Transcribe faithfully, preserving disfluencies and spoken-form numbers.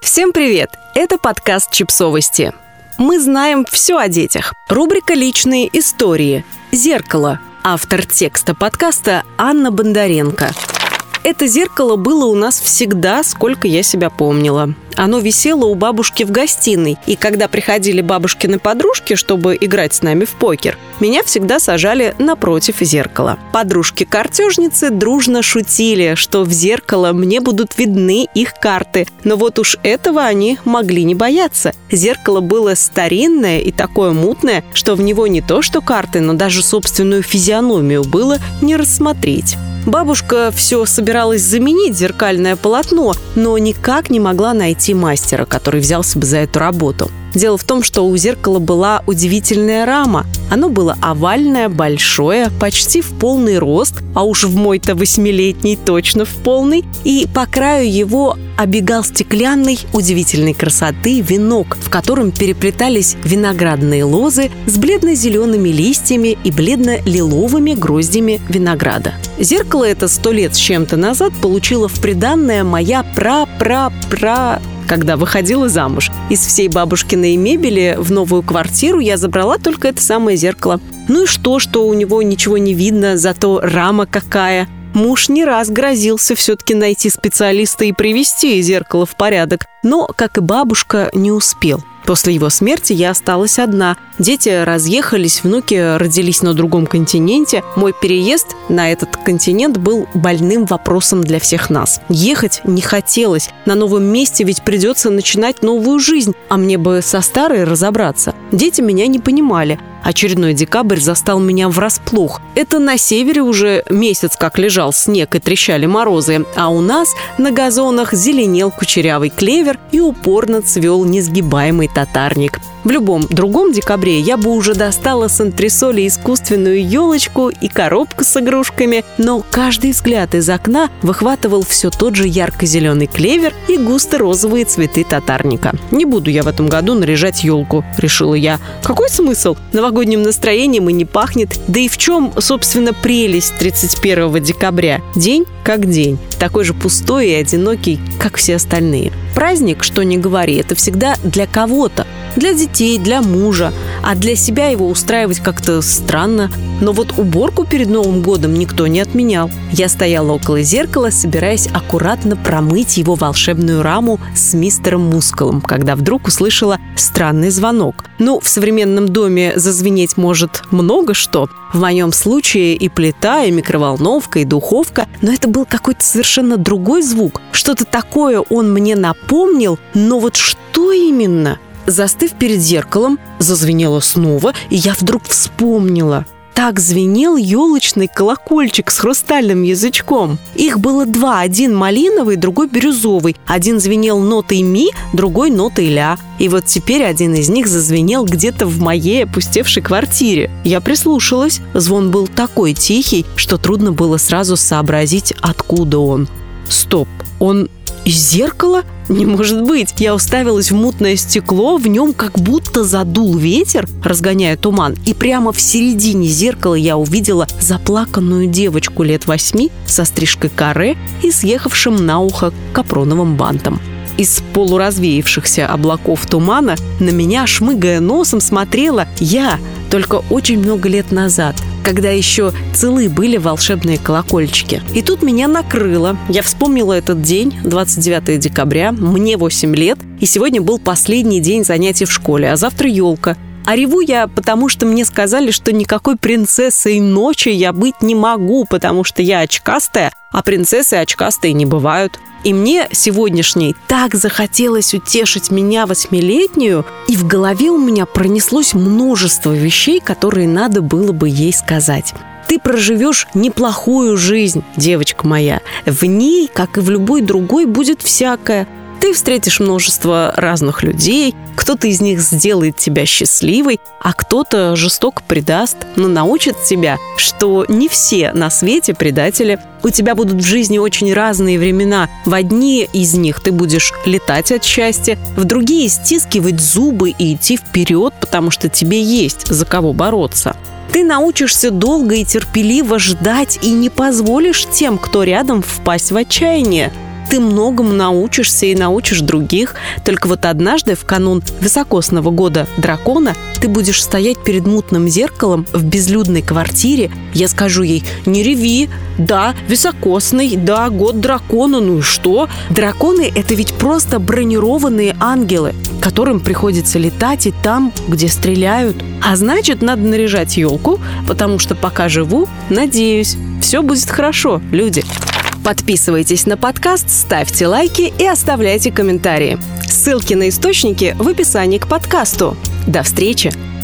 Всем привет! Это подкаст «Чипсовости». Мы знаем все о детях. Рубрика «Личные истории». «Зеркало». Автор текста подкаста Анна Бондаренко. Это зеркало было у нас всегда, сколько я себя помнила. Оно висело у бабушки в гостиной, и когда приходили бабушкины подружки, чтобы играть с нами в покер, меня всегда сажали напротив зеркала. Подружки-картежницы дружно шутили, что в зеркало мне будут видны их карты, но вот уж этого они могли не бояться. Зеркало было старинное и такое мутное, что в него не то что карты, но даже собственную физиономию было не рассмотреть. Бабушка все собиралась заменить зеркальное полотно, но никак не могла найти мастера, который взялся бы за эту работу. Дело в том, что у зеркала была удивительная рама. Оно было овальное, большое, почти в полный рост, а уж в мой-то восьмилетний точно в полный, и по краю его обегал стеклянный удивительной красоты венок, в котором переплетались виноградные лозы с бледно-зелеными листьями и бледно-лиловыми гроздями винограда. Зеркало это сто лет с чем-то назад получила в приданное моя пра-пра-пра... когда выходила замуж. Из всей бабушкиной мебели в новую квартиру я забрала только это самое зеркало. Ну и что, что у него ничего не видно, зато рама какая. Муж не раз грозился все-таки найти специалиста и привести зеркало в порядок, но, как и бабушка, не успел. После его смерти я осталась одна. Дети разъехались, внуки родились на другом континенте. Мой переезд на этот континент был больным вопросом для всех нас. Ехать не хотелось. На новом месте ведь придется начинать новую жизнь, а мне бы со старой разобраться. Дети меня не понимали. Очередной декабрь застал меня врасплох. Это на севере уже месяц как лежал снег и трещали морозы, а у нас на газонах зеленел кучерявый клевер и упорно цвел несгибаемый татарник. В любом другом декабре я бы уже достала с антресоли искусственную елочку и коробку с игрушками, но каждый взгляд из окна выхватывал все тот же ярко-зеленый клевер и густо-розовые цветы татарника. Не буду я в этом году наряжать елку, решила я. Какой смысл? Новогодним настроением и не пахнет. Да и в чем, собственно, прелесть тридцать первого декабря? День как день. Такой же пустой и одинокий, как все остальные. Праздник, что ни говори, это всегда для кого-то. Для детей, для мужа. А для себя его устраивать как-то странно. Но вот уборку перед Новым годом никто не отменял. Я стояла около зеркала, собираясь аккуратно промыть его волшебную раму с мистером Мускулом, когда вдруг услышала странный звонок. Ну, в современном доме зазвенеть может много что. В моем случае и плита, и микроволновка, и духовка. Но это был какой-то совершенно другой звук. Что-то такое он мне напомнил, но вот что именно? Застыв перед зеркалом, зазвенело снова, и я вдруг вспомнила. Так звенел елочный колокольчик с хрустальным язычком. Их было два, один малиновый, другой бирюзовый. Один звенел нотой ми, другой нотой ля. И вот теперь один из них зазвенел где-то в моей опустевшей квартире. Я прислушалась. Звон был такой тихий, что трудно было сразу сообразить, откуда он. Стоп, он из зеркала? Не может быть! Я уставилась в мутное стекло, в нем как будто задул ветер, разгоняя туман, и прямо в середине зеркала я увидела заплаканную девочку лет восьми со стрижкой каре и съехавшим на ухо капроновым бантом. Из полуразвеявшихся облаков тумана на меня, шмыгая носом, смотрела я, только очень много лет назад, когда еще целы были волшебные колокольчики. И тут меня накрыло. Я вспомнила этот день, двадцать девятого декабря, мне восемь лет, и сегодня был последний день занятий в школе, а завтра елка. А реву я, потому что мне сказали, что никакой принцессой ночи я быть не могу, потому что я очкастая, а принцессы очкастые не бывают. И мне сегодняшней так захотелось утешить меня восьмилетнюю, и в голове у меня пронеслось множество вещей, которые надо было бы ей сказать. Ты проживешь неплохую жизнь, девочка моя. В ней, как и в любой другой, будет всякое. Ты встретишь множество разных людей, кто-то из них сделает тебя счастливой, а кто-то жестоко предаст, но научит тебя, что не все на свете предатели. У тебя будут в жизни очень разные времена. В одни из них ты будешь летать от счастья, в другие стискивать зубы и идти вперед, потому что тебе есть за кого бороться. Ты научишься долго и терпеливо ждать и не позволишь тем, кто рядом, впасть в отчаяние. ты многому научишься и научишь других. Только вот однажды, в канун високосного года дракона, ты будешь стоять перед мутным зеркалом в безлюдной квартире. Я скажу ей: не реви, да, високосный, да, год дракона, ну и что? Драконы — это ведь просто бронированные ангелы, которым приходится летать и там, где стреляют. А значит, надо наряжать елку, потому что пока живу, надеюсь, все будет хорошо, люди. Подписывайтесь на подкаст, ставьте лайки и оставляйте комментарии. Ссылки на источники в описании к подкасту. До встречи!